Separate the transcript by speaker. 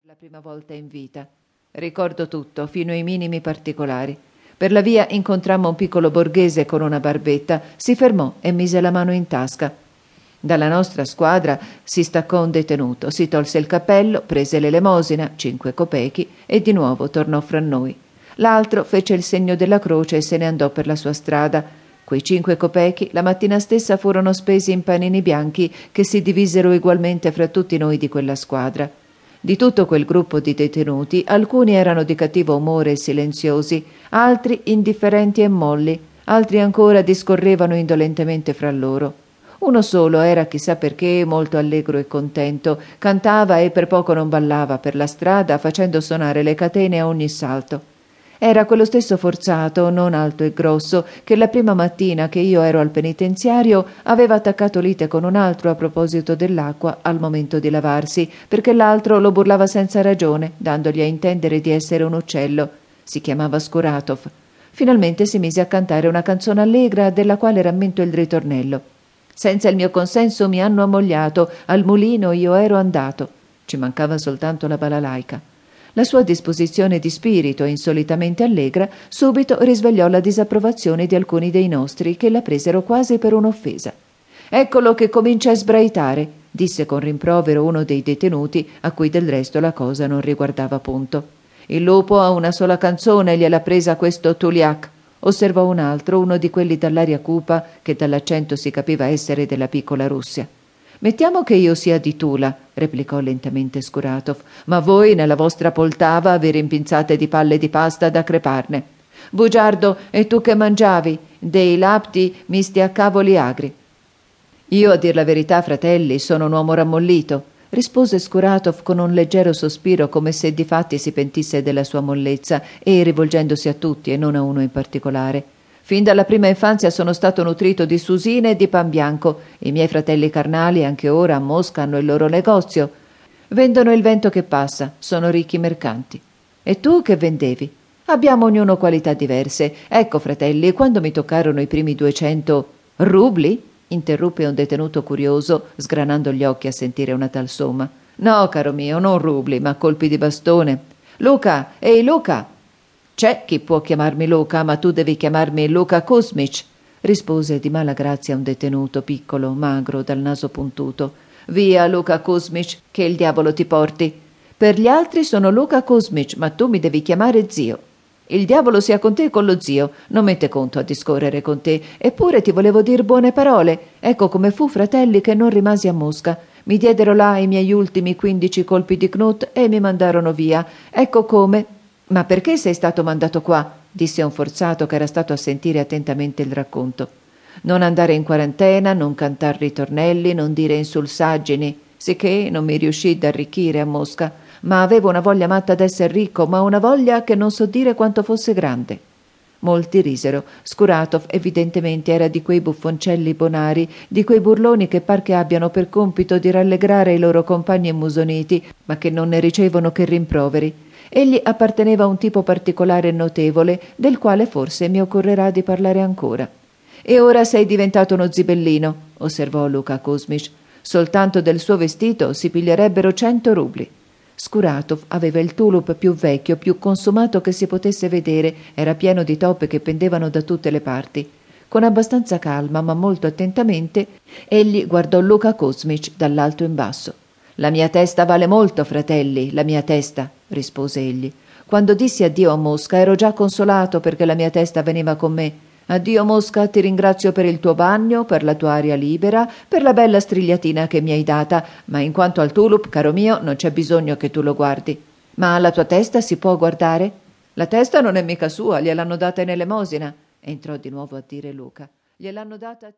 Speaker 1: La prima volta in vita. Ricordo tutto, fino ai minimi particolari. Per la via incontrammo un piccolo borghese con una barbetta. Si fermò e mise la mano in tasca. Dalla nostra squadra si staccò un detenuto, si tolse il cappello, prese l'elemosina, 5 copechi, e di nuovo tornò fra noi. L'altro fece il segno della croce e se ne andò per la sua strada. Quei 5 copechi la mattina stessa furono spesi in panini bianchi che si divisero egualmente fra tutti noi di quella squadra. Di tutto quel gruppo di detenuti, alcuni erano di cattivo umore e silenziosi, altri indifferenti e molli, altri ancora discorrevano indolentemente fra loro. Uno solo era, chissà perché, molto allegro e contento, cantava e per poco non ballava per la strada facendo suonare le catene a ogni salto. Era quello stesso forzato, non alto e grosso, che la prima mattina che io ero al penitenziario aveva attaccato lite con un altro a proposito dell'acqua al momento di lavarsi, perché l'altro lo burlava senza ragione, dandogli a intendere di essere un uccello. Si chiamava Skuratov. Finalmente si mise a cantare una canzone allegra della quale rammento il ritornello. Senza il mio consenso mi hanno ammogliato, al mulino io ero andato. Ci mancava soltanto la balalaica. La sua disposizione di spirito, insolitamente allegra, subito risvegliò la disapprovazione di alcuni dei nostri, che la presero quasi per un'offesa. «Eccolo che comincia a sbraitare», disse con rimprovero uno dei detenuti, a cui del resto la cosa non riguardava punto. «Il lupo ha una sola canzone, gliel'ha presa questo Tuliak», osservò un altro, uno di quelli dall'aria cupa, che dall'accento si capiva essere della piccola Russia. «Mettiamo che io sia di Tula», replicò lentamente Skuratov, «ma voi nella vostra Poltava avete impinzate di palle di pasta da creparne. Bugiardo, e tu che mangiavi? Dei lapti misti a cavoli agri». «Io, a dir la verità, fratelli, sono un uomo rammollito», rispose Skuratov con un leggero sospiro, come se difatti si pentisse della sua mollezza, e rivolgendosi a tutti e non a uno in particolare. «Fin dalla prima infanzia sono stato nutrito di susine e di pan bianco. I miei fratelli carnali anche ora a Mosca hanno il loro negozio. Vendono il vento che passa, sono ricchi mercanti. E tu che vendevi? Abbiamo ognuno qualità diverse. Ecco, fratelli, quando mi toccarono i primi 200 rubli?» interruppe un detenuto curioso, sgranando gli occhi a sentire una tal somma. «No, caro mio, non rubli, ma colpi di bastone. Luca, ehi Luca!» «C'è chi può chiamarmi Luca, ma tu devi chiamarmi Luka Kuzmic», rispose di mala grazia un detenuto piccolo, magro, dal naso puntuto. «Via, Luka Kuzmic, che il diavolo ti porti. Per gli altri sono Luka Kuzmic, ma tu mi devi chiamare zio. Il diavolo sia con te e con lo zio, non mette conto a discorrere con te, eppure ti volevo dir buone parole. Ecco come fu, fratelli, che non rimasi a Mosca. Mi diedero là i miei ultimi 15 colpi di Knut e mi mandarono via. Ecco come...» «Ma perché sei stato mandato qua?» disse un forzato che era stato a sentire attentamente il racconto. «Non andare in quarantena, non cantar ritornelli, non dire insulsaggini, sicché non mi riuscì d'arricchire a Mosca, ma avevo una voglia matta d'esser ricco, ma una voglia che non so dire quanto fosse grande». Molti risero. Skuratov evidentemente era di quei buffoncelli bonari, di quei burloni che par che abbiano per compito di rallegrare i loro compagni immusoniti, ma che non ne ricevono che rimproveri. Egli apparteneva a un tipo particolare e notevole, del quale forse mi occorrerà di parlare ancora. «E ora sei diventato uno zibellino», osservò Luka Kuzmic. «Soltanto del suo vestito si piglierebbero 100 rubli». Skuratov aveva il tulup più vecchio, più consumato che si potesse vedere, era pieno di toppe che pendevano da tutte le parti. Con abbastanza calma, ma molto attentamente, egli guardò Luka Kuzmic dall'alto in basso. «La mia testa vale molto, fratelli, la mia testa», rispose egli. «Quando dissi addio a Mosca ero già consolato perché la mia testa veniva con me. Addio Mosca, ti ringrazio per il tuo bagno, per la tua aria libera, per la bella strigliatina che mi hai data, ma in quanto al tulup, caro mio, non c'è bisogno che tu lo guardi. Ma la tua testa si può guardare?» «La testa non è mica sua, gliel'hanno data in elemosina», entrò di nuovo a dire Luca. «Gliel'hanno data...»